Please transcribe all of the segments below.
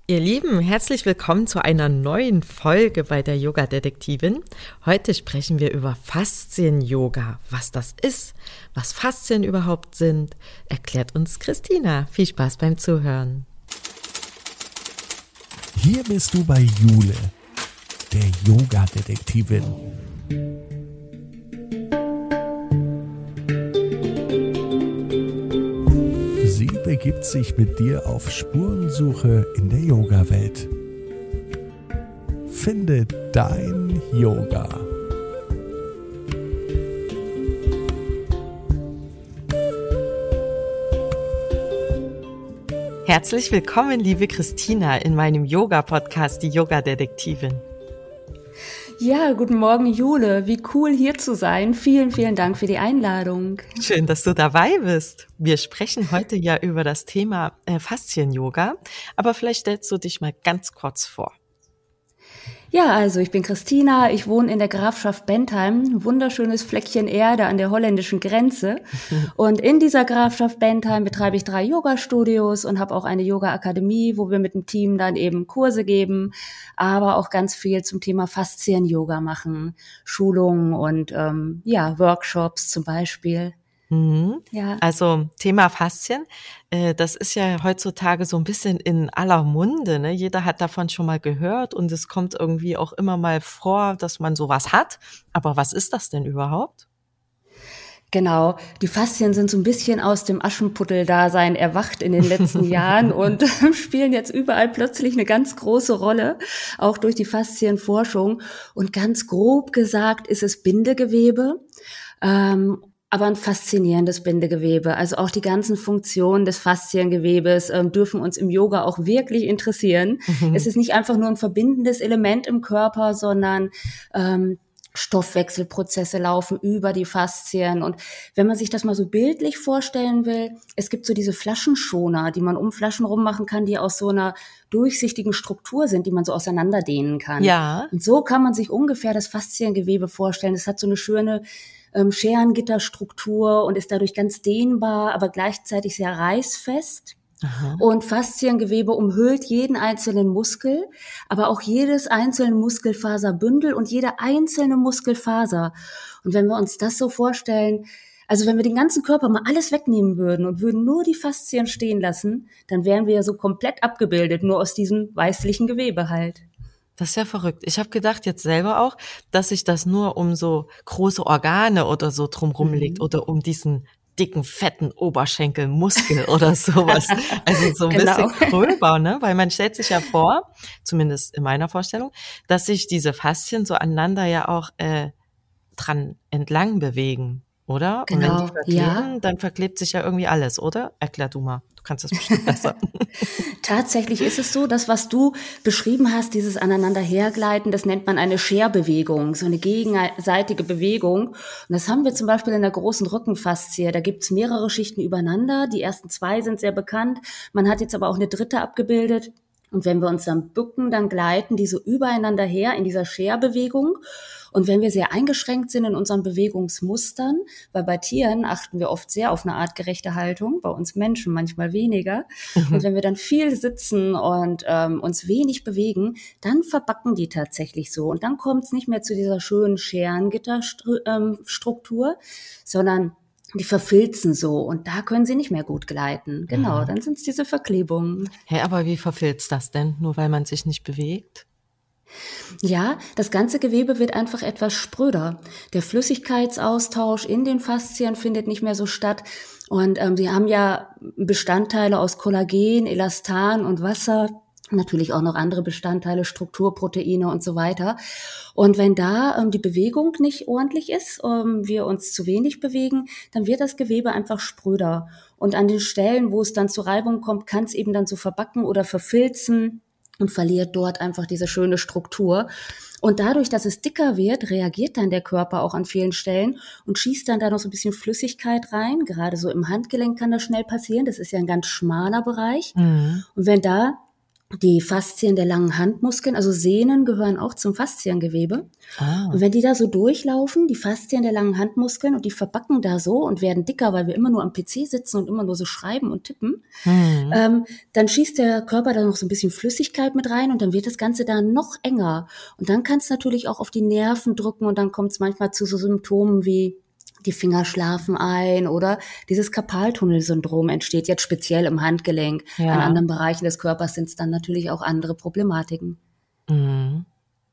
Ihr Lieben, herzlich willkommen zu einer neuen Folge bei der Yoga-Detektivin. Heute sprechen wir über Faszien-Yoga. Was das ist, was Faszien überhaupt sind, erklärt uns Christina. Viel Spaß beim Zuhören. Hier bist du bei Jule, der Yoga-Detektivin. Sie begibt sich mit dir auf Spurensuche in der Yoga-Welt. Finde dein Yoga. Herzlich willkommen, liebe Christina, in meinem Yoga-Podcast, die Yoga-Detektivin. Ja, guten Morgen, Jule. Wie cool, hier zu sein. Vielen, vielen Dank für die Einladung. Schön, dass du dabei bist. Wir sprechen heute ja über das Thema Faszien-Yoga, aber vielleicht stellst du dich mal ganz kurz vor. Ja, also ich bin Christina, ich wohne in der Grafschaft Bentheim, ein wunderschönes Fleckchen Erde an der holländischen Grenze. Und in dieser Grafschaft Bentheim betreibe ich 3 Yoga-Studios und habe auch eine Yoga-Akademie, wo wir mit dem Team dann eben Kurse geben, aber auch ganz viel zum Thema Faszien-Yoga machen, Schulungen und Workshops zum Beispiel. Ja. Also Thema Faszien, das ist ja heutzutage so ein bisschen in aller Munde, ne? Jeder hat davon schon mal gehört und es kommt irgendwie auch immer mal vor, dass man sowas hat. Aber was ist das denn überhaupt? Genau, die Faszien sind so ein bisschen aus dem Aschenputtel-Dasein erwacht in den letzten Jahren und spielen jetzt überall plötzlich eine ganz große Rolle, auch durch die Faszienforschung. Und ganz grob gesagt ist es Bindegewebe. Aber ein faszinierendes Bindegewebe. Also auch die ganzen Funktionen des Fasziengewebes dürfen uns im Yoga auch wirklich interessieren. Es ist nicht einfach nur ein verbindendes Element im Körper, sondern Stoffwechselprozesse laufen über die Faszien. Und wenn man sich das mal so bildlich vorstellen will, es gibt so diese Flaschenschoner, die man um Flaschen rummachen kann, die aus so einer durchsichtigen Struktur sind, die man so auseinanderdehnen kann. Ja. Und so kann man sich ungefähr das Fasziengewebe vorstellen. Es hat so eine schöne Scherengitterstruktur und ist dadurch ganz dehnbar, aber gleichzeitig sehr reißfest. Aha. Und Fasziengewebe umhüllt jeden einzelnen Muskel, aber auch jedes einzelne Muskelfaserbündel und jede einzelne Muskelfaser. Und wenn wir uns das so vorstellen, also wenn wir den ganzen Körper mal alles wegnehmen würden und würden nur die Faszien stehen lassen, dann wären wir ja so komplett abgebildet, nur aus diesem weißlichen Gewebe halt. Das ist ja verrückt. Ich habe gedacht jetzt selber auch, dass sich das nur um so große Organe oder so drumherum legt oder um diesen dicken, fetten Oberschenkelmuskel oder sowas. Also so ein Genau. bisschen gröber, ne? Weil man stellt sich ja vor, zumindest in meiner Vorstellung, dass sich diese Faszien so aneinander ja auch dran entlang bewegen, oder? Und wenn Genau, die verkleben, ja. dann verklebt sich ja irgendwie alles, oder? Erklär du mal. Du kannst das bestimmt besser. Tatsächlich ist es so, dass was du beschrieben hast, dieses Aneinanderhergleiten, das nennt man eine Scherbewegung, so eine gegenseitige Bewegung. Und das haben wir zum Beispiel in der großen Rückenfaszie. Da gibt's mehrere Schichten übereinander. Die ersten 2 sind sehr bekannt. Man hat jetzt aber auch eine 3. abgebildet. Und wenn wir uns dann bücken, dann gleiten die so übereinander her in dieser Scherbewegung. Und wenn wir sehr eingeschränkt sind in unseren Bewegungsmustern, weil bei Tieren achten wir oft sehr auf eine artgerechte Haltung, bei uns Menschen manchmal weniger. Und wenn wir dann viel sitzen und uns wenig bewegen, dann verbacken die tatsächlich so. Und dann kommt es nicht mehr zu dieser schönen Scherengitterstruktur, sondern die verfilzen so und da können sie nicht mehr gut gleiten. Genau, dann sind es diese Verklebungen. Hey, aber wie verfilzt das denn? Nur weil man sich nicht bewegt? Ja, das ganze Gewebe wird einfach etwas spröder. Der Flüssigkeitsaustausch in den Faszien findet nicht mehr so statt. Und sie haben ja Bestandteile aus Kollagen, Elastan und Wasser. Natürlich auch noch andere Bestandteile, Strukturproteine und so weiter. Und wenn da die Bewegung nicht ordentlich ist, wir uns zu wenig bewegen, dann wird das Gewebe einfach spröder. Und an den Stellen, wo es dann zu Reibung kommt, kann es eben dann so verbacken oder verfilzen und verliert dort einfach diese schöne Struktur. Und dadurch, dass es dicker wird, reagiert dann der Körper auch an vielen Stellen und schießt dann da noch so ein bisschen Flüssigkeit rein. Gerade so im Handgelenk kann das schnell passieren. Das ist ja ein ganz schmaler Bereich. Und wenn da die Faszien der langen Handmuskeln, also Sehnen gehören auch zum Fasziengewebe. Und wenn die da so durchlaufen, die Faszien der langen Handmuskeln, und die verbacken da so und werden dicker, weil wir immer nur am PC sitzen und immer nur so schreiben und tippen, dann schießt der Körper da noch so ein bisschen Flüssigkeit mit rein und dann wird das Ganze da noch enger. Und dann kann es natürlich auch auf die Nerven drücken und dann kommt es manchmal zu so Symptomen wie die Finger schlafen ein oder dieses Karpaltunnelsyndrom entsteht jetzt speziell im Handgelenk. Ja. An anderen Bereichen des Körpers sind es dann natürlich auch andere Problematiken. Und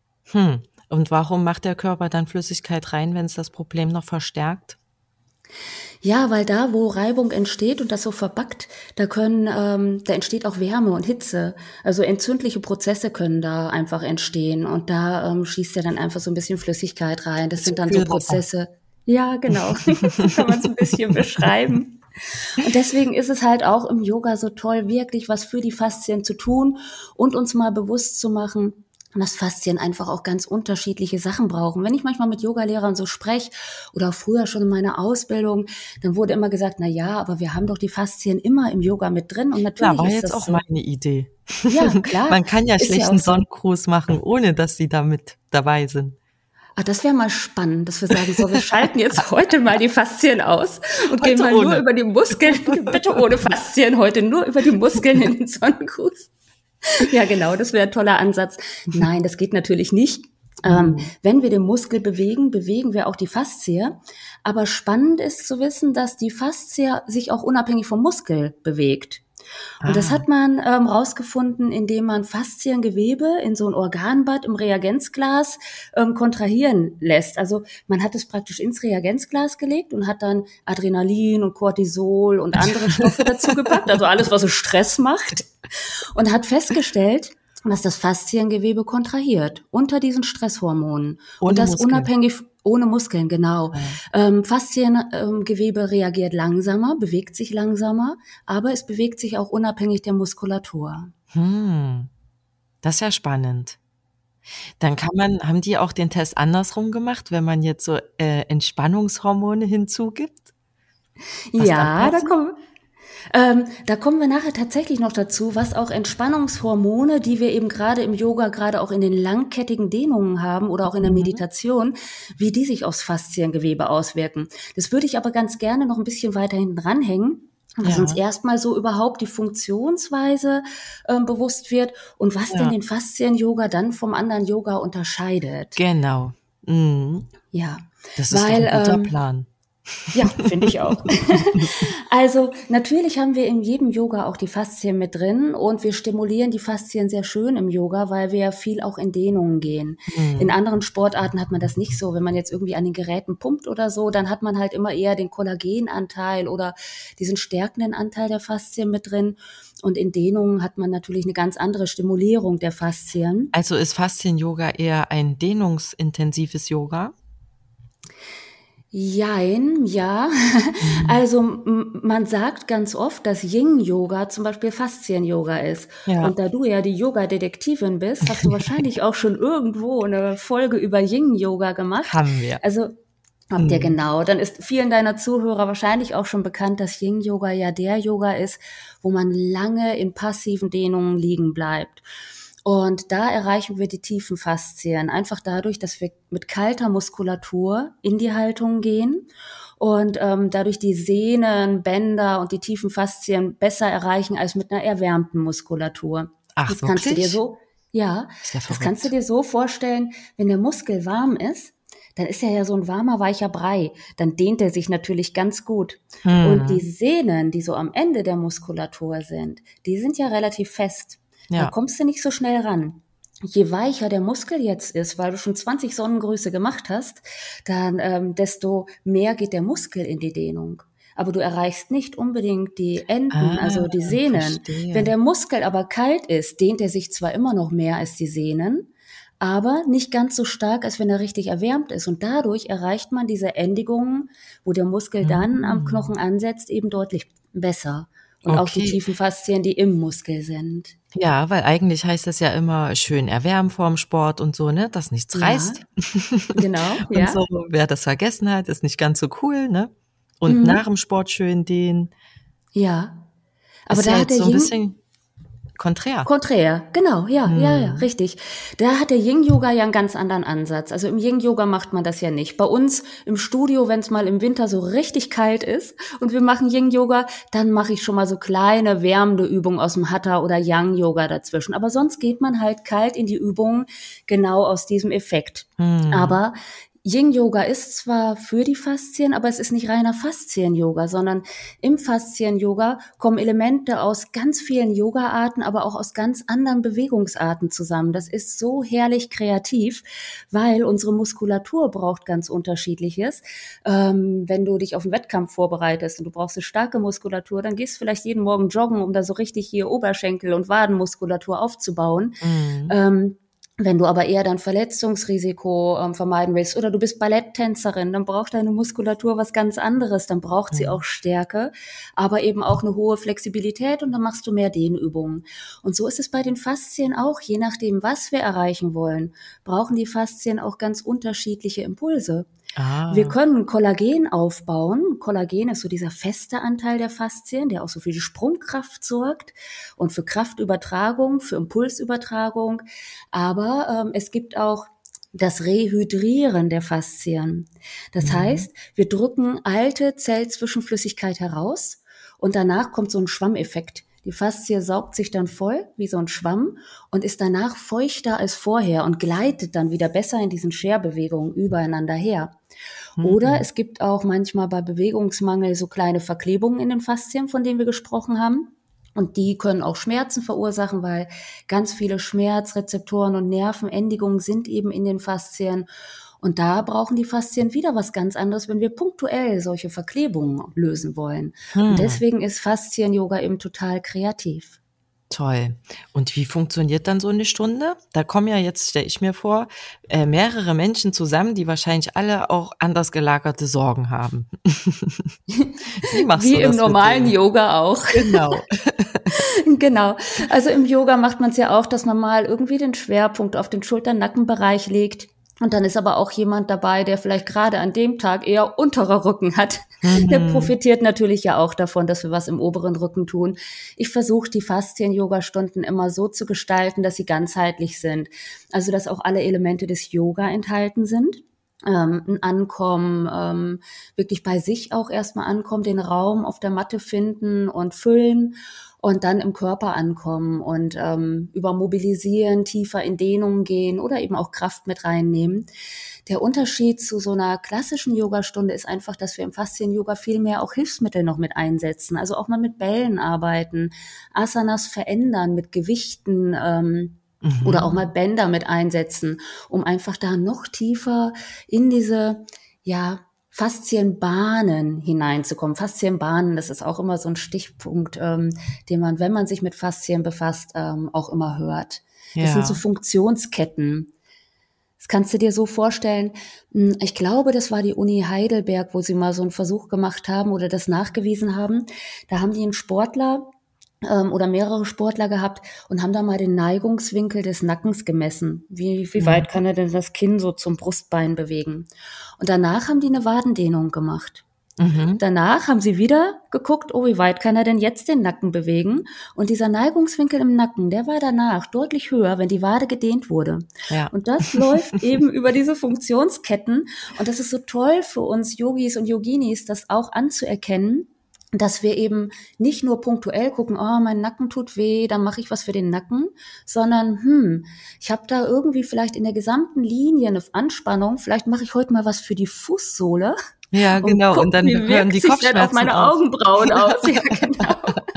warum macht der Körper dann Flüssigkeit rein, wenn es das Problem noch verstärkt? Ja, weil da, wo Reibung entsteht und das so verbackt, da entsteht auch Wärme und Hitze. Also entzündliche Prozesse können da einfach entstehen und da schießt ja dann einfach so ein bisschen Flüssigkeit rein. Das sind dann so Prozesse. Ja, genau. So kann man es ein bisschen beschreiben. Und deswegen ist es halt auch im Yoga so toll, wirklich was für die Faszien zu tun und uns mal bewusst zu machen, dass Faszien einfach auch ganz unterschiedliche Sachen brauchen. Wenn ich manchmal mit Yogalehrern so spreche oder auch früher schon in meiner Ausbildung, dann wurde immer gesagt, na ja, aber wir haben doch die Faszien immer im Yoga mit drin und natürlich war ist jetzt das auch so. meine Idee. Ja, klar. Man kann ja Ist schlecht ja einen auch so. Sonnenkurs machen, ohne dass sie da mit dabei sind. Das wäre mal spannend, dass wir sagen, so, wir schalten jetzt heute mal die Faszien aus und Heute gehen mal ohne. nur über die Muskeln, bitte ohne Faszien, heute nur über die Muskeln in den Sonnenkurs. Ja, genau, das wäre ein toller Ansatz. Nein, das geht natürlich nicht. Wenn wir den Muskel bewegen, bewegen wir auch die Faszie. Aber spannend ist zu wissen, dass die Faszie sich auch unabhängig vom Muskel bewegt. Und das hat man rausgefunden, indem man Fasziengewebe in so ein Organbad im Reagenzglas kontrahieren lässt. Also man hat es praktisch ins Reagenzglas gelegt und hat dann Adrenalin und Cortisol und andere Stoffe dazu gepackt, also alles, was so Stress macht, und hat festgestellt, dass das Fasziengewebe kontrahiert unter diesen Stresshormonen. Und das Muskeln. unabhängig ohne Muskeln, genau. Fasziengewebe reagiert langsamer, bewegt sich langsamer, aber es bewegt sich auch unabhängig der Muskulatur. Das ist ja spannend. Dann haben die auch den Test andersrum gemacht, wenn man jetzt so Entspannungshormone hinzugibt? Ja, da kommen wir nachher tatsächlich noch dazu, was auch Entspannungshormone, die wir eben gerade im Yoga, gerade auch in den langkettigen Dehnungen haben oder auch in der Meditation, wie die sich aufs Fasziengewebe auswirken. Das würde ich aber ganz gerne noch ein bisschen weiter hinten dranhängen, dass uns erstmal so überhaupt die Funktionsweise bewusst wird und was denn den Faszien-Yoga dann vom anderen Yoga unterscheidet. Genau. Ja. Das ist doch ein guter Plan. Ja, finde ich auch. Also natürlich haben wir in jedem Yoga auch die Faszien mit drin und wir stimulieren die Faszien sehr schön im Yoga, weil wir ja viel auch in Dehnungen gehen. In anderen Sportarten hat man das nicht so. Wenn man jetzt irgendwie an den Geräten pumpt oder so, dann hat man halt immer eher den Kollagenanteil oder diesen stärkenden Anteil der Faszien mit drin. Und in Dehnungen hat man natürlich eine ganz andere Stimulierung der Faszien. Also ist Faszien-Yoga eher ein dehnungsintensives Yoga? Jein, ja. Also man sagt ganz oft, dass Yin-Yoga zum Beispiel Faszien-Yoga ist. Ja. Und da du ja die Yoga-Detektivin bist, hast du wahrscheinlich auch schon irgendwo eine Folge über Yin-Yoga gemacht. Haben wir. Also habt ihr genau. Dann ist vielen deiner Zuhörer wahrscheinlich auch schon bekannt, dass Yin-Yoga ja der Yoga ist, wo man lange in passiven Dehnungen liegen bleibt. Und da erreichen wir die tiefen Faszien, einfach dadurch, dass wir mit kalter Muskulatur in die Haltung gehen und dadurch die Sehnen, Bänder und die tiefen Faszien besser erreichen als mit einer erwärmten Muskulatur. Ach, das kannst du dir so, ja, das kannst du dir so vorstellen, wenn der Muskel warm ist, dann ist er ja so ein warmer, weicher Brei. Dann dehnt er sich natürlich ganz gut. Und die Sehnen, die so am Ende der Muskulatur sind, die sind ja relativ fest. Ja. Da kommst du nicht so schnell ran. Je weicher der Muskel jetzt ist, weil du schon 20 Sonnengrüße gemacht hast, dann desto mehr geht der Muskel in die Dehnung. Aber du erreichst nicht unbedingt die Enden, also die Sehnen. Verstehe. Wenn der Muskel aber kalt ist, dehnt er sich zwar immer noch mehr als die Sehnen, aber nicht ganz so stark, als wenn er richtig erwärmt ist. Und dadurch erreicht man diese Endigungen, wo der Muskel dann am Knochen ansetzt, eben deutlich besser. Und auch die tiefen Faszien, die im Muskel sind. Ja, weil eigentlich heißt das ja immer schön erwärmen vorm Sport und so, ne, dass nichts reißt. Genau, und so, wer das vergessen hat, ist nicht ganz so cool, ne? Und nach dem Sport schön dehnen. Ja. Aber ist da ja hat jetzt der so ein Yin, bisschen konträr. Konträr, genau, ja, richtig. Da hat der Yin-Yoga ja einen ganz anderen Ansatz. Also im Yin-Yoga macht man das ja nicht. Bei uns im Studio, wenn es mal im Winter so richtig kalt ist und wir machen Yin-Yoga, dann mache ich schon mal so kleine wärmende Übungen aus dem Hatha oder Yang-Yoga dazwischen. Aber sonst geht man halt kalt in die Übungen, genau aus diesem Effekt. Aber Yin-Yoga ist zwar für die Faszien, aber es ist nicht reiner Faszien-Yoga, sondern im Faszien-Yoga kommen Elemente aus ganz vielen Yoga-Arten, aber auch aus ganz anderen Bewegungsarten zusammen. Das ist so herrlich kreativ, weil unsere Muskulatur braucht ganz Unterschiedliches. Wenn du dich auf einen Wettkampf vorbereitest und du brauchst eine starke Muskulatur, dann gehst du vielleicht jeden Morgen joggen, um da so richtig hier Oberschenkel- und Wadenmuskulatur aufzubauen. Wenn du aber eher dein Verletzungsrisiko vermeiden willst oder du bist Balletttänzerin, dann braucht deine Muskulatur was ganz anderes. Dann braucht sie auch Stärke, aber eben auch eine hohe Flexibilität und dann machst du mehr Dehnübungen. Und so ist es bei den Faszien auch. Je nachdem, was wir erreichen wollen, brauchen die Faszien auch ganz unterschiedliche Impulse. Wir können Kollagen aufbauen. Kollagen ist so dieser feste Anteil der Faszien, der auch so für die Sprungkraft sorgt und für Kraftübertragung, für Impulsübertragung. Aber es gibt auch das Rehydrieren der Faszien. Das heißt, wir drücken alte Zellzwischenflüssigkeit heraus und danach kommt so ein Schwammeffekt. Die Faszie saugt sich dann voll wie so ein Schwamm und ist danach feuchter als vorher und gleitet dann wieder besser in diesen Scherbewegungen übereinander her. Oder es gibt auch manchmal bei Bewegungsmangel so kleine Verklebungen in den Faszien, von denen wir gesprochen haben. Und die können auch Schmerzen verursachen, weil ganz viele Schmerzrezeptoren und Nervenendigungen sind eben in den Faszien. Und da brauchen die Faszien wieder was ganz anderes, wenn wir punktuell solche Verklebungen lösen wollen. Und deswegen ist Faszien-Yoga eben total kreativ. Toll. Und wie funktioniert dann so eine Stunde? Da kommen ja jetzt, stelle ich mir vor, mehrere Menschen zusammen, die wahrscheinlich alle auch anders gelagerte Sorgen haben. Wie im normalen Yoga auch. Genau. Genau. Also im Yoga macht man es ja auch, dass man mal irgendwie den Schwerpunkt auf den Schulter-Nackenbereich legt. Und dann ist aber auch jemand dabei, der vielleicht gerade an dem Tag eher unterer Rücken hat. Der profitiert natürlich ja auch davon, dass wir was im oberen Rücken tun. Ich versuche, die Faszien-Yoga-Stunden immer so zu gestalten, dass sie ganzheitlich sind. Also, dass auch alle Elemente des Yoga enthalten sind. Ein Ankommen, wirklich bei sich auch erstmal ankommen, den Raum auf der Matte finden und füllen. Und dann im Körper ankommen und über Mobilisieren, tiefer in Dehnungen gehen oder eben auch Kraft mit reinnehmen. Der Unterschied zu so einer klassischen Yogastunde ist einfach, dass wir im Faszien-Yoga viel mehr auch Hilfsmittel noch mit einsetzen. Also auch mal mit Bällen arbeiten, Asanas verändern, mit Gewichten oder auch mal Bänder mit einsetzen, um einfach da noch tiefer in diese, Faszienbahnen hineinzukommen. Faszienbahnen, das ist auch immer so ein Stichpunkt, den man, wenn man sich mit Faszien befasst, auch immer hört. Das sind so Funktionsketten. Das kannst du dir so vorstellen. Ich glaube, das war die Uni Heidelberg, wo sie mal so einen Versuch gemacht haben oder das nachgewiesen haben. Da haben die einen Sportler oder mehrere Sportler gehabt und haben da mal den Neigungswinkel des Nackens gemessen. Wie weit kann er denn das Kinn so zum Brustbein bewegen? Und danach haben die eine Wadendehnung gemacht. Danach haben sie wieder geguckt, wie weit kann er denn jetzt den Nacken bewegen? Und dieser Neigungswinkel im Nacken, der war danach deutlich höher, wenn die Wade gedehnt wurde. Ja. Und das läuft eben über diese Funktionsketten. Und das ist so toll für uns Yogis und Yoginis, das auch anzuerkennen, dass wir eben nicht nur punktuell gucken, mein Nacken tut weh, dann mache ich was für den Nacken, sondern ich habe da irgendwie vielleicht in der gesamten Linie eine Anspannung, vielleicht mache ich heute mal was für die Fußsohle. Ja, genau. Und dann hören die Kopfschmerzen auf meine Augenbrauen aus. Ja, genau.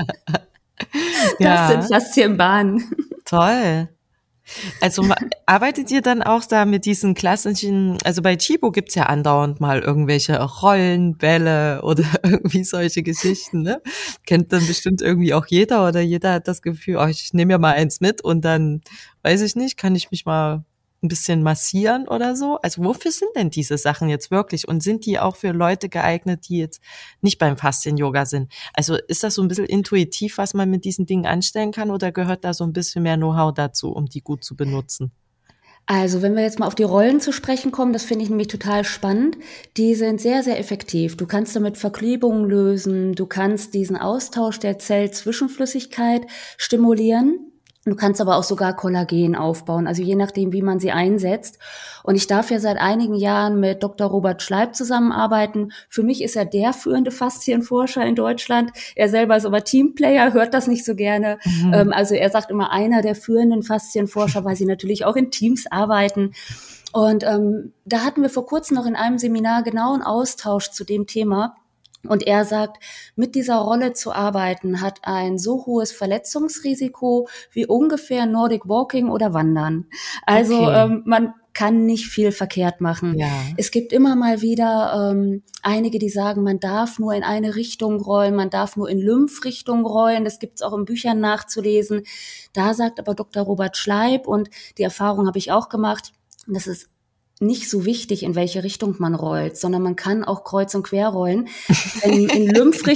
Das sind Faszienbahnen. Toll. Also arbeitet ihr dann auch da mit diesen klassischen, also bei Chibo gibt's ja andauernd mal irgendwelche Rollen, Bälle oder irgendwie solche Geschichten, ne? Kennt dann bestimmt irgendwie auch jeder oder jeder hat das Gefühl, ich nehme ja mal eins mit und dann, weiß ich nicht, kann ich mich mal ein bisschen massieren oder so? Also wofür sind denn diese Sachen jetzt wirklich? Und sind die auch für Leute geeignet, die jetzt nicht beim Faszien-Yoga sind? Also ist das so ein bisschen intuitiv, was man mit diesen Dingen anstellen kann oder gehört da so ein bisschen mehr Know-how dazu, um die gut zu benutzen? Also wenn wir jetzt mal auf die Rollen zu sprechen kommen, das finde ich nämlich total spannend. Die sind sehr, sehr effektiv. Du kannst damit Verklebungen lösen, du kannst diesen Austausch der Zellzwischenflüssigkeit stimulieren. Du kannst aber auch sogar Kollagen aufbauen, also je nachdem, wie man sie einsetzt. Und ich darf ja seit einigen Jahren mit Dr. Robert Schleib zusammenarbeiten. Für mich ist er der führende Faszienforscher in Deutschland. Er selber ist aber Teamplayer, hört das nicht so gerne. Also er sagt immer einer der führenden Faszienforscher, weil sie natürlich auch in Teams arbeiten. Und da hatten wir vor kurzem noch in einem Seminar genau einen Austausch zu dem Thema. Und er sagt, mit dieser Rolle zu arbeiten, hat ein so hohes Verletzungsrisiko wie ungefähr Nordic Walking oder Wandern. Also man kann nicht viel verkehrt machen. Ja. Es gibt immer mal wieder einige, die sagen, man darf nur in eine Richtung rollen, man darf nur in Lymphrichtung rollen. Das gibt es auch in Büchern nachzulesen. Da sagt aber Dr. Robert Schleib, und die Erfahrung habe ich auch gemacht, das ist nicht so wichtig, in welche Richtung man rollt, sondern man kann auch kreuz und quer rollen. In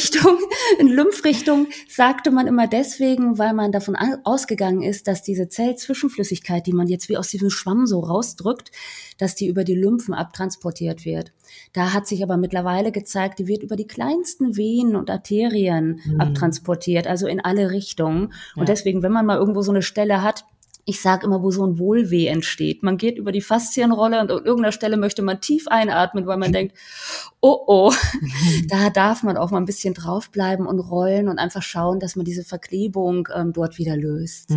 Lymphrichtung sagte man immer deswegen, weil man davon ausgegangen ist, dass diese Zellzwischenflüssigkeit, die man jetzt wie aus diesem Schwamm so rausdrückt, dass die über die Lymphen abtransportiert wird. Da hat sich aber mittlerweile gezeigt, die wird über die kleinsten Venen und Arterien abtransportiert, also in alle Richtungen. Ja. Und deswegen, wenn man mal irgendwo so eine Stelle hat, ich sage immer, wo so ein Wohlweh entsteht. Man geht über die Faszienrolle und an irgendeiner Stelle möchte man tief einatmen, weil man denkt, oh, da darf man auch mal ein bisschen draufbleiben und rollen und einfach schauen, dass man diese Verklebung dort wieder löst.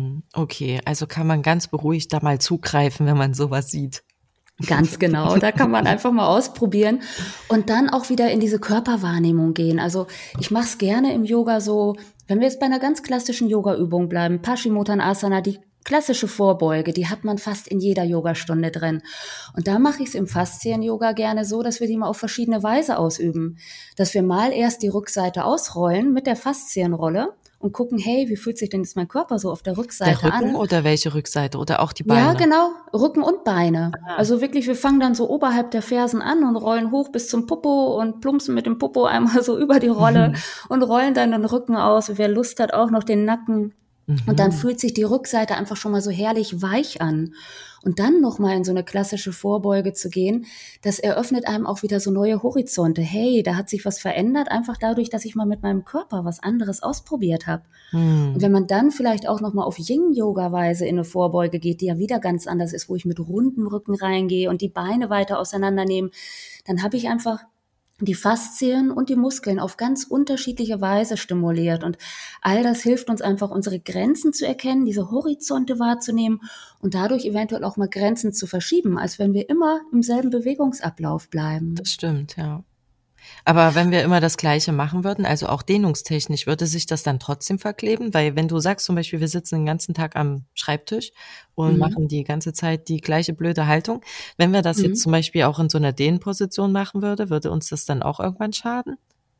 Okay, also kann man ganz beruhigt da mal zugreifen, wenn man sowas sieht. Ganz genau, da kann man einfach mal ausprobieren und dann auch wieder in diese Körperwahrnehmung gehen. Also ich mache es gerne im Yoga so, wenn wir jetzt bei einer ganz klassischen Yoga-Übung bleiben, Paschimottanasana, die klassische Vorbeuge, die hat man fast in jeder Yogastunde drin. Und da mache ich es im Faszien-Yoga gerne so, dass wir die mal auf verschiedene Weise ausüben. Dass wir mal erst die Rückseite ausrollen mit der Faszienrolle und gucken, hey, wie fühlt sich denn jetzt mein Körper so auf der Rückseite an? Der Rücken oder welche Rückseite? Oder auch die Beine? Ja, genau, Rücken und Beine. Also wirklich, wir fangen dann so oberhalb der Fersen an und rollen hoch bis zum Popo und plumpsen mit dem Popo einmal so über die Rolle und rollen dann den Rücken aus. Und wer Lust hat, auch noch den Nacken. Und dann fühlt sich die Rückseite einfach schon mal so herrlich weich an. Und dann nochmal in so eine klassische Vorbeuge zu gehen, das eröffnet einem auch wieder so neue Horizonte. Hey, da hat sich was verändert, einfach dadurch, dass ich mal mit meinem Körper was anderes ausprobiert habe. Und wenn man dann vielleicht auch nochmal auf Yin-Yoga-Weise in eine Vorbeuge geht, die ja wieder ganz anders ist, wo ich mit rundem Rücken reingehe und die Beine weiter auseinandernehme, dann habe ich einfach die Faszien und die Muskeln auf ganz unterschiedliche Weise stimuliert. Und all das hilft uns einfach, unsere Grenzen zu erkennen, diese Horizonte wahrzunehmen und dadurch eventuell auch mal Grenzen zu verschieben, als wenn wir immer im selben Bewegungsablauf bleiben. Das stimmt, ja. Aber wenn wir immer das Gleiche machen würden, also auch dehnungstechnisch, würde sich das dann trotzdem verkleben? Weil wenn du sagst zum Beispiel, wir sitzen den ganzen Tag am Schreibtisch und machen die ganze Zeit die gleiche blöde Haltung. Wenn wir das jetzt zum Beispiel auch in so einer Dehnposition machen würde uns das dann auch irgendwann schaden?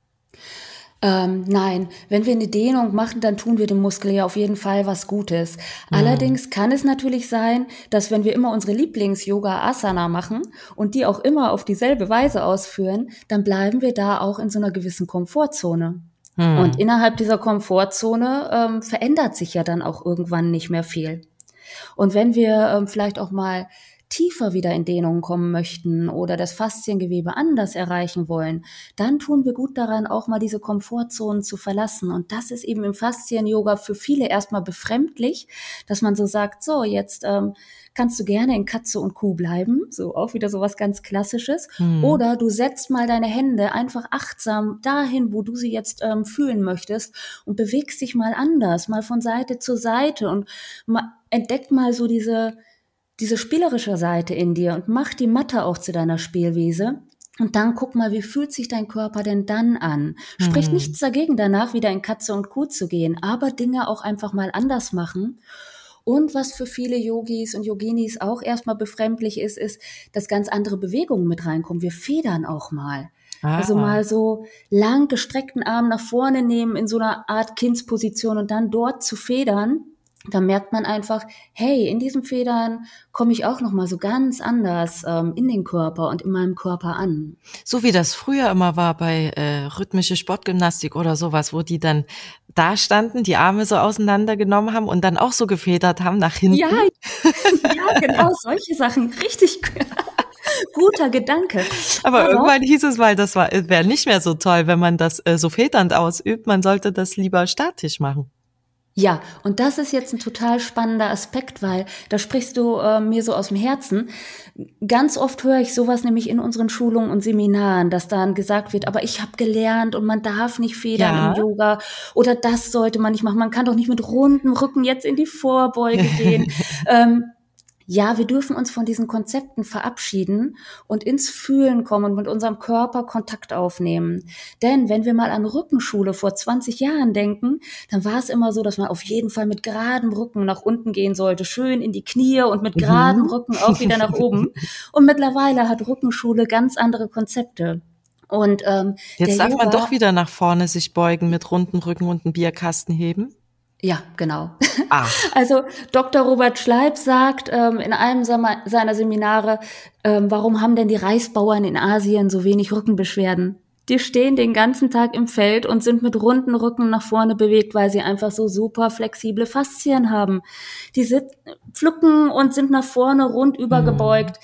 Nein, wenn wir eine Dehnung machen, dann tun wir dem Muskel ja auf jeden Fall was Gutes. Allerdings kann es natürlich sein, dass wenn wir immer unsere Lieblings-Yoga-Asana machen und die auch immer auf dieselbe Weise ausführen, dann bleiben wir da auch in so einer gewissen Komfortzone. Und innerhalb dieser Komfortzone verändert sich ja dann auch irgendwann nicht mehr viel. Und wenn wir vielleicht auch mal tiefer wieder in Dehnung kommen möchten oder das Fasziengewebe anders erreichen wollen, dann tun wir gut daran, auch mal diese Komfortzonen zu verlassen. Und das ist eben im Faszien-Yoga für viele erstmal befremdlich, dass man so sagt, so jetzt kannst du gerne in Katze und Kuh bleiben, so auch wieder so was ganz Klassisches. Oder du setzt mal deine Hände einfach achtsam dahin, wo du sie jetzt fühlen möchtest und bewegst dich mal anders, mal von Seite zu Seite und entdeck mal so diese spielerische Seite in dir und mach die Matte auch zu deiner Spielwiese. Und dann guck mal, wie fühlt sich dein Körper denn dann an? Sprich nichts dagegen, danach wieder in Katze und Kuh zu gehen, aber Dinge auch einfach mal anders machen. Und was für viele Yogis und Yoginis auch erstmal befremdlich ist, dass ganz andere Bewegungen mit reinkommen. Wir federn auch mal. Also mal so lang gestreckten Arm nach vorne nehmen in so einer Art Kindsposition und dann dort zu federn. Da merkt man einfach, hey, in diesem Federn komme ich auch noch mal so ganz anders in den Körper und in meinem Körper an. So wie das früher immer war bei rhythmische Sportgymnastik oder sowas, wo die dann da standen, die Arme so auseinandergenommen haben und dann auch so gefedert haben nach hinten. Ja, genau, solche Sachen, richtig guter Gedanke. Aber irgendwann hieß es mal, das wäre nicht mehr so toll, wenn man das so federnd ausübt. Man sollte das lieber statisch machen. Ja, und das ist jetzt ein total spannender Aspekt, weil da sprichst du mir so aus dem Herzen. Ganz oft höre ich sowas nämlich in unseren Schulungen und Seminaren, dass dann gesagt wird, aber ich habe gelernt und man darf nicht federn im Ja. Yoga oder das sollte man nicht machen. Man kann doch nicht mit rundem Rücken jetzt in die Vorbeuge gehen. Ja, wir dürfen uns von diesen Konzepten verabschieden und ins Fühlen kommen und mit unserem Körper Kontakt aufnehmen. Denn wenn wir mal an Rückenschule vor 20 Jahren denken, dann war es immer so, dass man auf jeden Fall mit geradem Rücken nach unten gehen sollte, schön in die Knie und mit geradem Rücken auch wieder nach oben. Und mittlerweile hat Rückenschule ganz andere Konzepte. Und Jetzt der darf man Yoga, doch wieder nach vorne sich beugen mit runden Rücken und einen Bierkasten heben. ja, genau. Ach, Also Dr. Robert Schleib sagt in einem seiner Seminare, warum haben denn die Reisbauern in Asien so wenig Rückenbeschwerden? Die stehen den ganzen Tag im Feld und sind mit runden Rücken nach vorne bewegt, weil sie einfach so super flexible Faszien haben. Die pflücken und sind nach vorne rundüber gebeugt.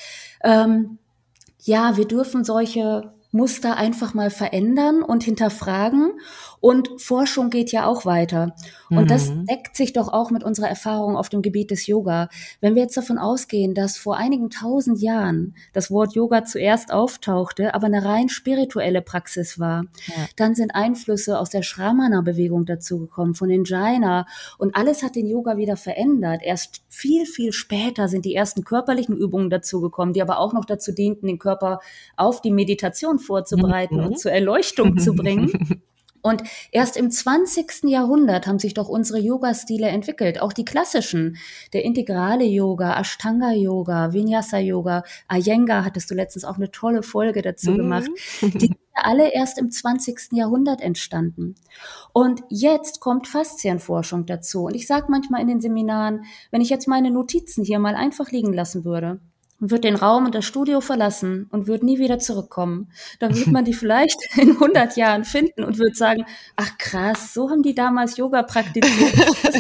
Ja, wir dürfen solche Muster einfach mal verändern und hinterfragen. Und Forschung geht ja auch weiter. Und das deckt sich doch auch mit unserer Erfahrung auf dem Gebiet des Yoga. Wenn wir jetzt davon ausgehen, dass vor einigen 1000 Jahren das Wort Yoga zuerst auftauchte, aber eine rein spirituelle Praxis war, dann sind Einflüsse aus der Shramana-Bewegung dazugekommen, von den Jaina. Und alles hat den Yoga wieder verändert. Erst viel, viel später sind die ersten körperlichen Übungen dazugekommen, die aber auch noch dazu dienten, den Körper auf die Meditation vorzubereiten und zur Erleuchtung zu bringen. Und erst im 20. Jahrhundert haben sich doch unsere Yoga-Stile entwickelt, auch die klassischen, der integrale Yoga, Ashtanga-Yoga, Vinyasa-Yoga, Iyengar, hattest du letztens auch eine tolle Folge dazu gemacht. Die sind ja alle erst im 20. Jahrhundert entstanden. Und jetzt kommt Faszienforschung dazu. Und ich sage manchmal in den Seminaren, wenn ich jetzt meine Notizen hier mal einfach liegen lassen würde, und würde den Raum und das Studio verlassen und würde nie wieder zurückkommen, dann wird man die vielleicht in 100 Jahren finden und wird sagen, ach krass, so haben die damals Yoga praktiziert.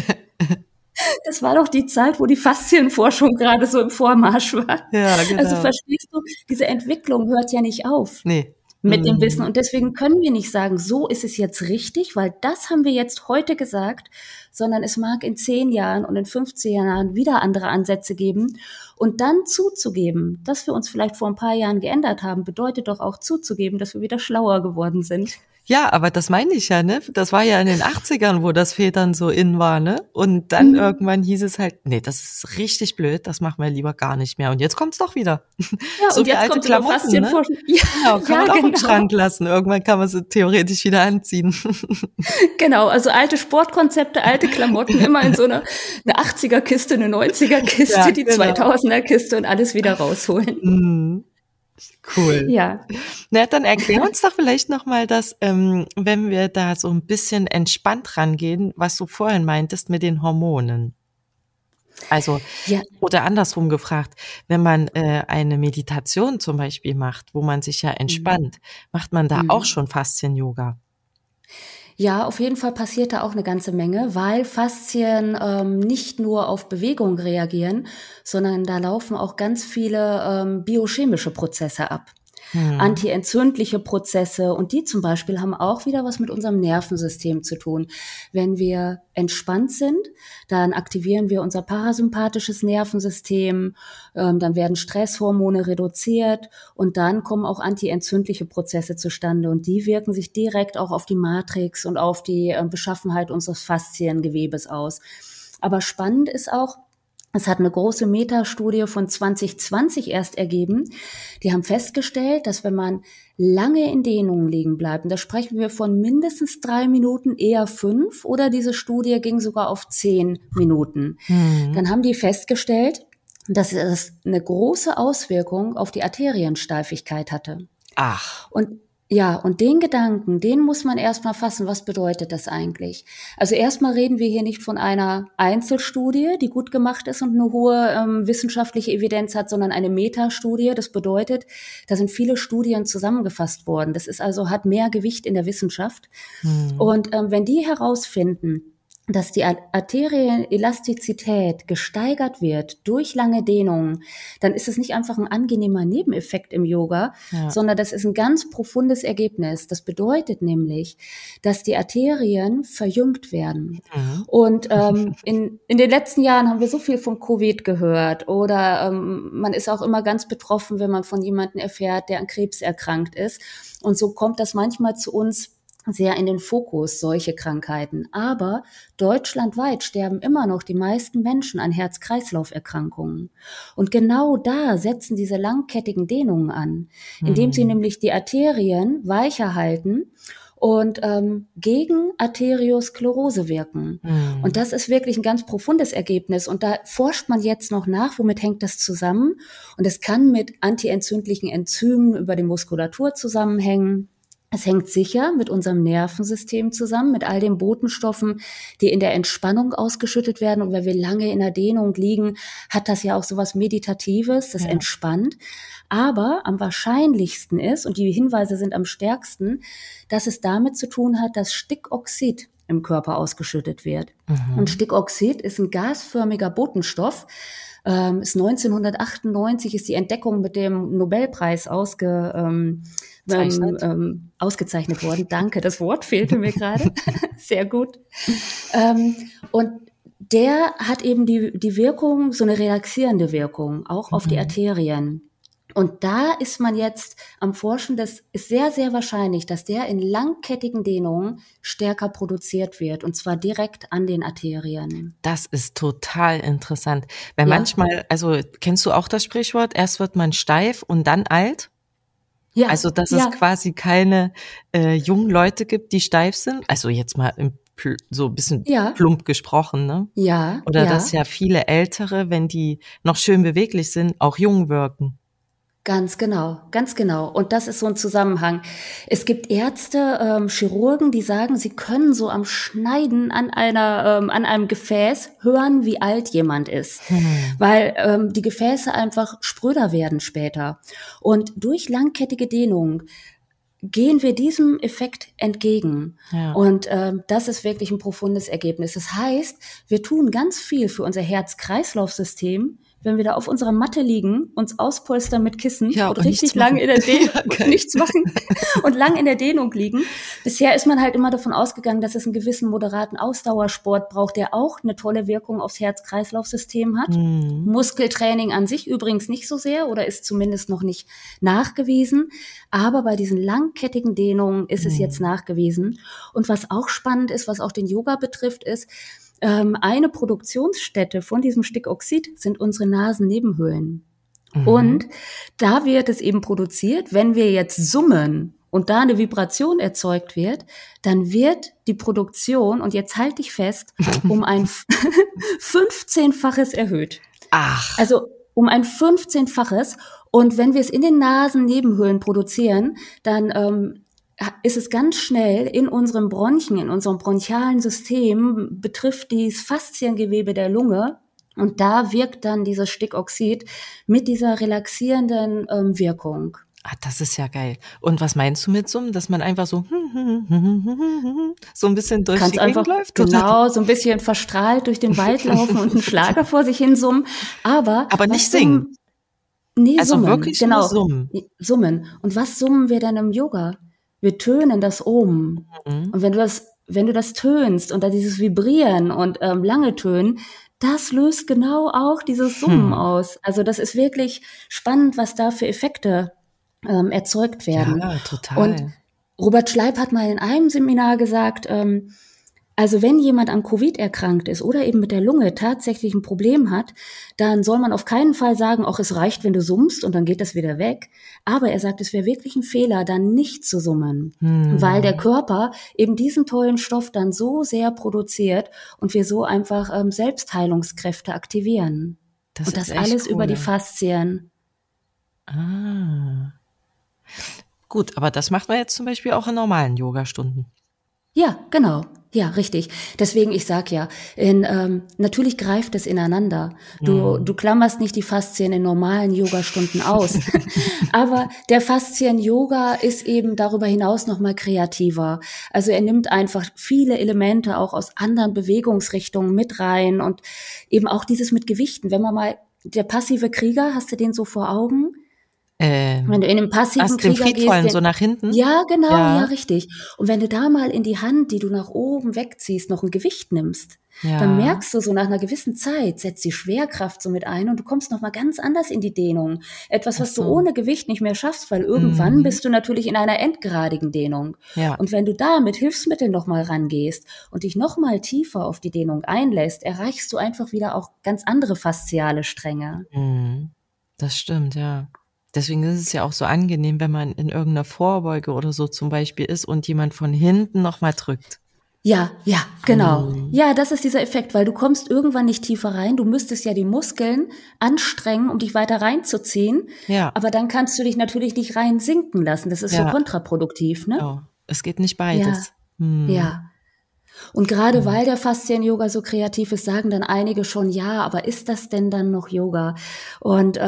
Das war doch die Zeit, wo die Faszienforschung gerade so im Vormarsch war. ja, genau. Also verstehst du, diese Entwicklung hört ja nicht auf Nee. mit dem Wissen. Und deswegen können wir nicht sagen, so ist es jetzt richtig, weil das haben wir jetzt heute gesagt, sondern es mag in 10 Jahren und in 15 Jahren wieder andere Ansätze geben. Und dann zuzugeben, dass wir uns vielleicht vor ein paar Jahren geändert haben, bedeutet doch auch zuzugeben, dass wir wieder schlauer geworden sind. Ja, aber das meine ich ja, ne? Das war ja in den 80ern, wo das Federn so in war, ne? Und dann irgendwann hieß es halt, nee, das ist richtig blöd, das machen wir lieber gar nicht mehr. Und jetzt kommt's doch wieder. Ja, So und wie jetzt alte kommt Klamotten, ne? Ja, Genau, kann ja, man auch im genau. Schrank lassen. Irgendwann kann man sie theoretisch wieder anziehen. Genau, also alte Sportkonzepte, alte Klamotten, immer in so eine 80er-Kiste, eine 90er-Kiste, Ja, die genau. 2000er-Kiste und alles wieder rausholen. Cool. Ja. Na, dann erklär uns doch vielleicht nochmal das, wenn wir da so ein bisschen entspannt rangehen, was du vorhin meintest mit den Hormonen. Also, Ja. oder andersrum gefragt, wenn man eine Meditation zum Beispiel macht, wo man sich ja entspannt, macht man da auch schon Faszien-Yoga? Ja, auf jeden Fall passiert da auch eine ganze Menge, weil Faszien nicht nur auf Bewegung reagieren, sondern da laufen auch ganz viele biochemische Prozesse ab. Antientzündliche Prozesse und die zum Beispiel haben auch wieder was mit unserem Nervensystem zu tun. Wenn wir entspannt sind, dann aktivieren wir unser parasympathisches Nervensystem, dann werden Stresshormone reduziert und dann kommen auch antientzündliche Prozesse zustande und die wirken sich direkt auch auf die Matrix und auf die Beschaffenheit unseres Fasziengewebes aus. Aber spannend ist auch, es hat eine große Metastudie von 2020 erst ergeben. Die haben festgestellt, dass wenn man lange in Dehnungen liegen bleibt, und da sprechen wir von mindestens 3 Minuten, eher 5, oder diese Studie ging sogar auf 10 Minuten. Dann haben die festgestellt, dass es eine große Auswirkung auf die Arteriensteifigkeit hatte. Ach. Und ja, und den Gedanken, den muss man erstmal fassen. Was bedeutet das eigentlich? Also erstmal reden wir hier nicht von einer Einzelstudie, die gut gemacht ist und eine hohe wissenschaftliche Evidenz hat, sondern eine Metastudie. Das bedeutet, da sind viele Studien zusammengefasst worden. Das ist also, hat mehr Gewicht in der Wissenschaft. Und wenn die herausfinden, dass die Arterienelastizität gesteigert wird durch lange Dehnungen, dann ist es nicht einfach ein angenehmer Nebeneffekt im Yoga, sondern das ist ein ganz profundes Ergebnis. Das bedeutet nämlich, dass die Arterien verjüngt werden. Und in den letzten Jahren haben wir so viel von Covid gehört oder man ist auch immer ganz betroffen, wenn man von jemandem erfährt, der an Krebs erkrankt ist. Und so kommt das manchmal zu uns sehr in den Fokus, solche Krankheiten. Aber deutschlandweit sterben immer noch die meisten Menschen an Herz-Kreislauf-Erkrankungen. Und genau da setzen diese langkettigen Dehnungen an, indem sie nämlich die Arterien weicher halten und gegen Arteriosklerose wirken. Und das ist wirklich ein ganz profundes Ergebnis. Und da forscht man jetzt noch nach, womit hängt das zusammen. Und es kann mit antientzündlichen Enzymen über die Muskulatur zusammenhängen. Es hängt sicher mit unserem Nervensystem zusammen, mit all den Botenstoffen, die in der Entspannung ausgeschüttet werden. Und wenn wir lange in der Dehnung liegen, hat das ja auch sowas Meditatives, das entspannt. Aber am wahrscheinlichsten ist, und die Hinweise sind am stärksten, dass es damit zu tun hat, dass Stickoxid im Körper ausgeschüttet wird. Und Stickoxid ist ein gasförmiger Botenstoff. Ist 1998 ist die Entdeckung mit dem Nobelpreis ausgezeichnet worden. Danke, das Wort fehlte mir gerade. Sehr gut. Und der hat eben die Wirkung, so eine relaxierende Wirkung, auch auf die Arterien. Und da ist man jetzt am Forschen, das ist sehr, sehr wahrscheinlich, dass der in langkettigen Dehnungen stärker produziert wird, und zwar direkt an den Arterien. Das ist total interessant. Weil manchmal, also kennst du auch das Sprichwort, erst wird man steif und dann alt? Ja. Also dass es quasi keine jungen Leute gibt, die steif sind? Also jetzt mal so ein bisschen plump gesprochen, ne? Ja. Oder dass ja viele Ältere, wenn die noch schön beweglich sind, auch jung wirken. Ganz genau, ganz genau. Und das ist so ein Zusammenhang. Es gibt Ärzte, Chirurgen, die sagen, sie können so am Schneiden an einem Gefäß hören, wie alt jemand ist. Weil die Gefäße einfach spröder werden später. Und durch langkettige Dehnung gehen wir diesem Effekt entgegen. Ja. Und das ist wirklich ein profundes Ergebnis. Das heißt, wir tun ganz viel für unser Herz-Kreislauf-System, wenn wir da auf unserer Matte liegen, uns auspolstern mit Kissen und richtig lang in der Dehnung nichts machen und lang in der Dehnung liegen. Bisher ist man halt immer davon ausgegangen, dass es einen gewissen moderaten Ausdauersport braucht, der auch eine tolle Wirkung aufs Herz-Kreislauf-System hat. Muskeltraining an sich übrigens nicht so sehr oder ist zumindest noch nicht nachgewiesen. Aber bei diesen langkettigen Dehnungen ist es jetzt nachgewiesen. Und was auch spannend ist, was auch den Yoga betrifft, ist, eine Produktionsstätte von diesem Stickoxid sind unsere Nasennebenhöhlen. Und da wird es eben produziert, wenn wir jetzt summen und da eine Vibration erzeugt wird, dann wird die Produktion, und jetzt halte ich fest, um ein 15-faches erhöht. Ach. Also um ein 15-faches. Und wenn wir es in den Nasennebenhöhlen produzieren, dann ist es ganz schnell in unseren Bronchien, in unserem bronchialen System, betrifft dieses Fasziengewebe der Lunge. Und da wirkt dann dieses Stickoxid mit dieser relaxierenden Wirkung. Ah, das ist ja geil. Und was meinst du mit Summen? Dass man einfach so ein bisschen durch die Gegend läuft? Genau, so ein bisschen verstrahlt durch den Wald laufen und einen Schlager vor sich hin summen. Aber nicht singen. Nee, also summen. Wirklich genau. nur summen. Summen. Und was summen wir dann im Yoga? Wir tönen das Und wenn du das tönst und da dieses Vibrieren und lange Tönen, das löst genau auch dieses Summen aus. Also das ist wirklich spannend, was da für Effekte erzeugt werden. Ja, total. Und Robert Schleib hat mal in einem Seminar gesagt, also wenn jemand an Covid erkrankt ist oder eben mit der Lunge tatsächlich ein Problem hat, dann soll man auf keinen Fall sagen, ach, es reicht, wenn du summst und dann geht das wieder weg. Aber er sagt, es wäre wirklich ein Fehler, dann nicht zu summen, weil der Körper eben diesen tollen Stoff dann so sehr produziert und wir so einfach Selbstheilungskräfte aktivieren. Und das alles cool. Über die Faszien. Ah. Gut, aber das macht man jetzt zum Beispiel auch in normalen Yogastunden. Ja, genau. Ja, richtig. Deswegen, ich sag ja, natürlich greift es ineinander. Du klammerst nicht die Faszien in normalen Yogastunden aus. Aber der Faszien-Yoga ist eben darüber hinaus nochmal kreativer. Also er nimmt einfach viele Elemente auch aus anderen Bewegungsrichtungen mit rein und eben auch dieses mit Gewichten. Wenn man mal, der passive Krieger, hast du den so vor Augen? Wenn du in den passiven den Krieger friedvollen gehst, so nach hinten? ja, genau, Ja. ja, richtig. Und wenn du da mal in die Hand, die du nach oben wegziehst, noch ein Gewicht nimmst, dann Ja. merkst du so nach einer gewissen Zeit, setzt die Schwerkraft so mit ein und du kommst noch mal ganz anders in die Dehnung. Etwas, was du so. ohne Gewicht nicht mehr schaffst, weil irgendwann bist du natürlich in einer endgradigen Dehnung. Ja. Und wenn du da mit Hilfsmitteln noch mal rangehst und dich noch mal tiefer auf die Dehnung einlässt, erreichst du einfach wieder auch ganz andere fasziale Stränge. Das stimmt, ja. Deswegen ist es ja auch so angenehm, wenn man in irgendeiner Vorbeuge oder so zum Beispiel ist und jemand von hinten nochmal drückt. Ja, genau. Ja, das ist dieser Effekt, weil du kommst irgendwann nicht tiefer rein. Du müsstest ja die Muskeln anstrengen, um dich weiter reinzuziehen. Ja. Aber dann kannst du dich natürlich nicht rein sinken lassen. Das ist so kontraproduktiv, ne? Genau. Es geht nicht beides. Ja. Und gerade weil der Faszien-Yoga so kreativ ist, sagen dann einige schon, ja, aber ist das denn dann noch Yoga? Und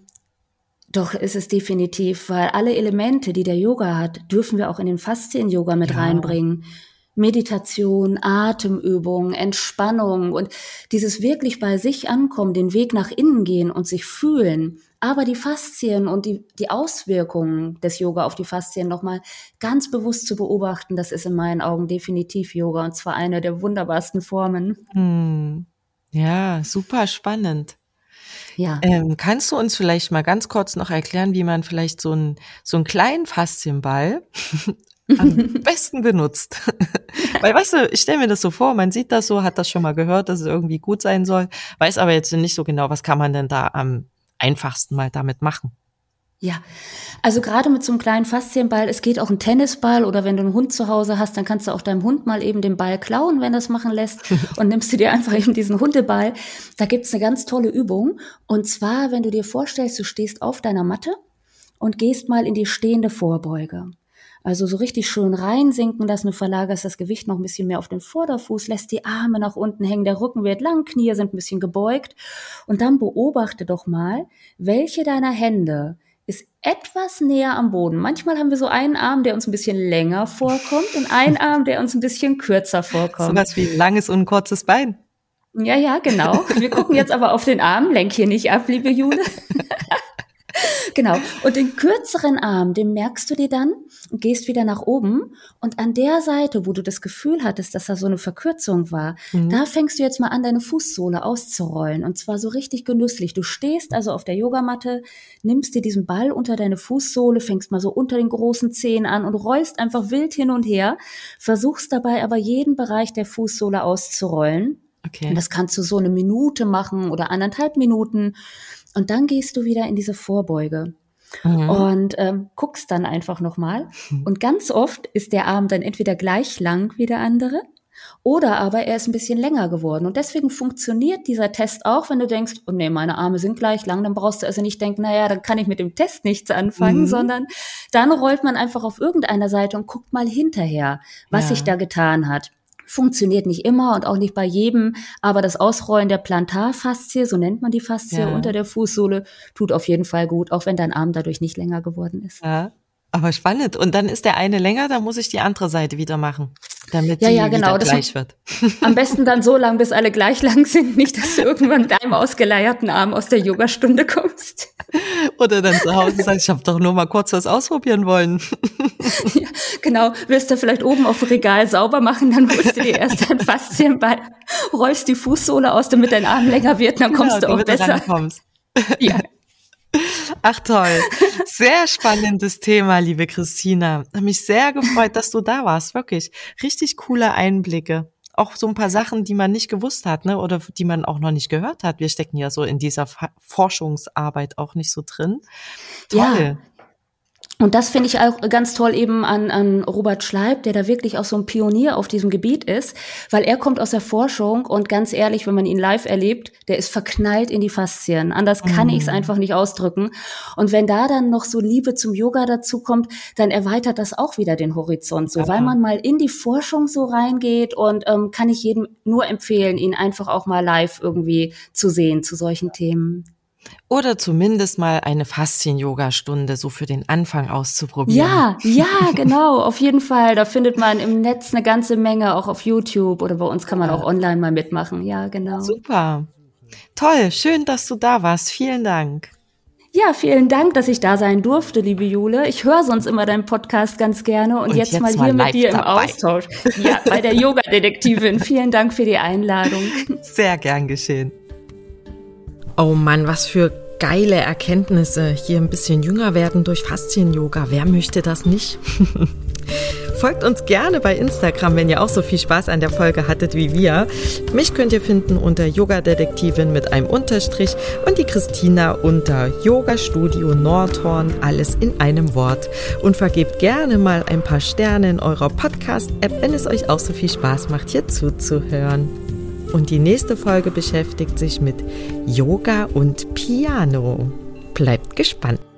doch ist es definitiv, weil alle Elemente, die der Yoga hat, dürfen wir auch in den Faszien-Yoga mit reinbringen. Meditation, Atemübung, Entspannung und dieses wirklich bei sich ankommen, den Weg nach innen gehen und sich fühlen, aber die Faszien und die Auswirkungen des Yoga auf die Faszien nochmal ganz bewusst zu beobachten, das ist in meinen Augen definitiv Yoga und zwar eine der wunderbarsten Formen. Ja, super spannend. Ja. Kannst du uns vielleicht mal ganz kurz noch erklären, wie man vielleicht so einen kleinen Faszienball am besten benutzt? Weil, weißt du, ich stelle mir das so vor, man sieht das so, hat das schon mal gehört, dass es irgendwie gut sein soll, weiß aber jetzt nicht so genau, was kann man denn da am einfachsten mal damit machen? Ja, also gerade mit so einem kleinen Faszienball, es geht auch ein Tennisball oder wenn du einen Hund zu Hause hast, dann kannst du auch deinem Hund mal eben den Ball klauen, wenn das machen lässt und nimmst du dir einfach eben diesen Hundeball. Da gibt's eine ganz tolle Übung und zwar, wenn du dir vorstellst, du stehst auf deiner Matte und gehst mal in die stehende Vorbeuge. Also so richtig schön reinsinken lassen, du verlagerst das Gewicht noch ein bisschen mehr auf den Vorderfuß, lässt die Arme nach unten hängen, der Rücken wird lang, Knie sind ein bisschen gebeugt und dann beobachte doch mal, welche deiner Hände ist etwas näher am Boden. Manchmal haben wir so einen Arm, der uns ein bisschen länger vorkommt und einen Arm, der uns ein bisschen kürzer vorkommt. So was wie ein langes und ein kurzes Bein. Ja, genau. Wir gucken jetzt aber auf den Arm, lenk hier nicht ab, liebe Jule. Genau. Und den kürzeren Arm, den merkst du dir dann und gehst wieder nach oben. Und an der Seite, wo du das Gefühl hattest, dass da so eine Verkürzung war, da fängst du jetzt mal an, deine Fußsohle auszurollen. Und zwar so richtig genüsslich. Du stehst also auf der Yogamatte, nimmst dir diesen Ball unter deine Fußsohle, fängst mal so unter den großen Zehen an und rollst einfach wild hin und her, versuchst dabei aber jeden Bereich der Fußsohle auszurollen. Okay. Und das kannst du so 1 Minute machen oder 1,5 Minuten. Und dann gehst du wieder in diese Vorbeuge und guckst dann einfach nochmal. Und ganz oft ist der Arm dann entweder gleich lang wie der andere oder aber er ist ein bisschen länger geworden. Und deswegen funktioniert dieser Test auch, wenn du denkst, oh nee, meine Arme sind gleich lang, dann brauchst du also nicht denken, naja, dann kann ich mit dem Test nichts anfangen, sondern dann rollt man einfach auf irgendeiner Seite und guckt mal hinterher, was sich da getan hat. Funktioniert nicht immer und auch nicht bei jedem, aber das Ausrollen der Plantarfaszie, so nennt man die Faszie unter der Fußsohle, tut auf jeden Fall gut, auch wenn dein Arm dadurch nicht länger geworden ist. Ja, aber spannend. Und dann ist der eine länger, dann muss ich die andere Seite wieder machen, damit die genau, wieder gleich wird. Am besten dann so lang, bis alle gleich lang sind, nicht, dass du irgendwann mit einem ausgeleierten Arm aus der Yogastunde kommst. Oder dann zu Hause sagst, ich habe doch nur mal kurz was ausprobieren wollen. Ja, genau, wirst du vielleicht oben auf dem Regal sauber machen, dann holst du dir erst einen Faszienball, rollst die Fußsohle aus, damit dein Arm länger wird, dann kommst du auch besser. Rankommst. Ja. Ach toll, sehr spannendes Thema, liebe Christina. Hat mich sehr gefreut, dass du da warst, wirklich. Richtig coole Einblicke. Auch so ein paar Sachen, die man nicht gewusst hat, ne, oder die man auch noch nicht gehört hat. Wir stecken ja so in dieser Forschungsarbeit auch nicht so drin. Toll. Ja. Und das finde ich auch ganz toll eben an Robert Schleib, der da wirklich auch so ein Pionier auf diesem Gebiet ist, weil er kommt aus der Forschung und ganz ehrlich, wenn man ihn live erlebt, der ist verknallt in die Faszien. Anders kann ich es einfach nicht ausdrücken. Und wenn da dann noch so Liebe zum Yoga dazu kommt, dann erweitert das auch wieder den Horizont so, weil man mal in die Forschung so reingeht und kann ich jedem nur empfehlen, ihn einfach auch mal live irgendwie zu sehen zu solchen Themen. Oder zumindest mal eine Faszien-Yoga-Stunde so für den Anfang auszuprobieren. Ja, genau, auf jeden Fall. Da findet man im Netz eine ganze Menge, auch auf YouTube oder bei uns kann man auch online mal mitmachen. Ja, genau. Super. Toll, schön, dass du da warst. Vielen Dank. Ja, vielen Dank, dass ich da sein durfte, liebe Jule. Ich höre sonst immer deinen Podcast ganz gerne und jetzt mal hier mit dir im Austausch. Ja, bei der Yoga-Detektivin. Vielen Dank für die Einladung. Sehr gern geschehen. Oh Mann, was für geile Erkenntnisse. Hier ein bisschen jünger werden durch Faszien-Yoga. Wer möchte das nicht? Folgt uns gerne bei Instagram, wenn ihr auch so viel Spaß an der Folge hattet wie wir. Mich könnt ihr finden unter Yoga-Detektivin mit einem Unterstrich und die Christina unter Yoga-Studio Nordhorn, alles in einem Wort. Und vergebt gerne mal ein paar Sterne in eurer Podcast-App, wenn es euch auch so viel Spaß macht, hier zuzuhören. Und die nächste Folge beschäftigt sich mit Yoga und Piano. Bleibt gespannt.